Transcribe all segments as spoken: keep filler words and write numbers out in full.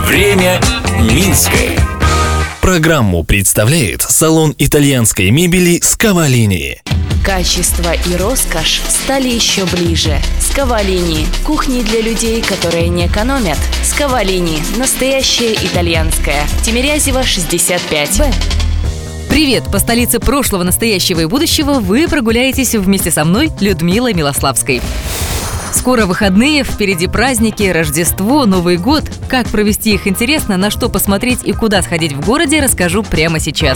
Время Минское. Программу представляет салон итальянской мебели «Скавалини». Качество и роскошь стали еще ближе. Скавалини – кухни для людей, которые не экономят. Скавалини – настоящая итальянская. Тимирязева, шестьдесят пять Б. Привет! По столице прошлого, настоящего и будущего вы прогуляетесь вместе со мной, Людмилой Милославской. Скоро выходные, впереди праздники, Рождество, Новый год. Как провести их интересно, на что посмотреть и куда сходить в городе, расскажу прямо сейчас.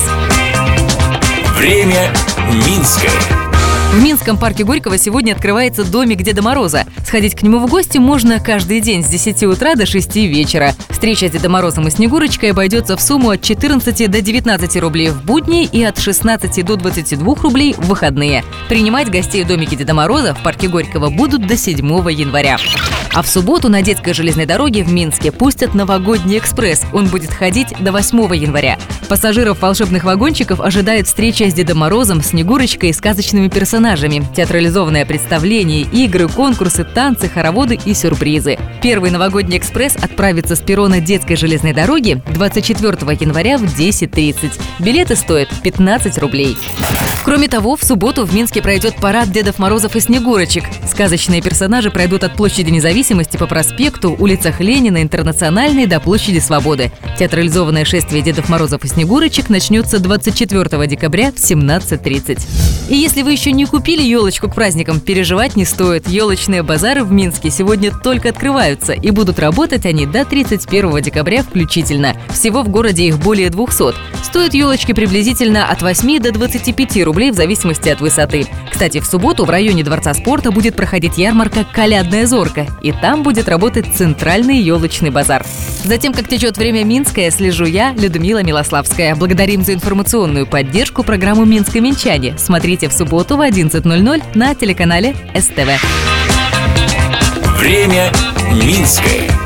Время Минское. В Минском парке Горького сегодня открывается домик Деда Мороза. Сходить к нему в гости можно каждый день с десяти утра до шести вечера. Встреча с Дедом Морозом и Снегурочкой обойдется в сумму от четырнадцати до девятнадцати рублей в будни и от шестнадцати до двадцати двух рублей в выходные. Принимать гостей в домике Деда Мороза в парке Горького будут до седьмого января. А в субботу на детской железной дороге в Минске пустят новогодний экспресс. Он будет ходить до восьмого января. Пассажиров волшебных вагончиков ожидает встреча с Дедом Морозом, Снегурочкой и сказочными персонажами. Театрализованное представление, игры, конкурсы, танцы, хороводы и сюрпризы. Первый новогодний экспресс отправится с перрона детской железной дороги двадцать четвёртого января в десять тридцать. Билеты стоят пятнадцать рублей. Кроме того, в субботу в Минске пройдет парад Дедов Морозов и Снегурочек. Сказочные персонажи пройдут от площади Независимости по проспекту, улицах Ленина, Интернациональной до площади Свободы. Театрализованное шествие Дедов Морозов и Снегурочек начнется двадцать четвёртого декабря в семнадцать тридцать. И если вы еще не купили елочку к праздникам, переживать не стоит. Елочные базары в Минске сегодня только открываются, и будут работать они до тридцать первого декабря включительно. Всего в городе их более двухсот. Стоят елочки приблизительно от восьми до двадцати пяти рублей в зависимости от высоты. Кстати, в субботу в районе Дворца спорта будет проходить ярмарка «Колядная зорка», и там будет работать центральный елочный базар. За тем, как течет время Минское, слежу я, Людмила Милославская. Благодарим за информационную поддержку программу «Минское Минчане». Смотрите в субботу в одиннадцать ноль ноль на телеканале СТВ. Время Минское.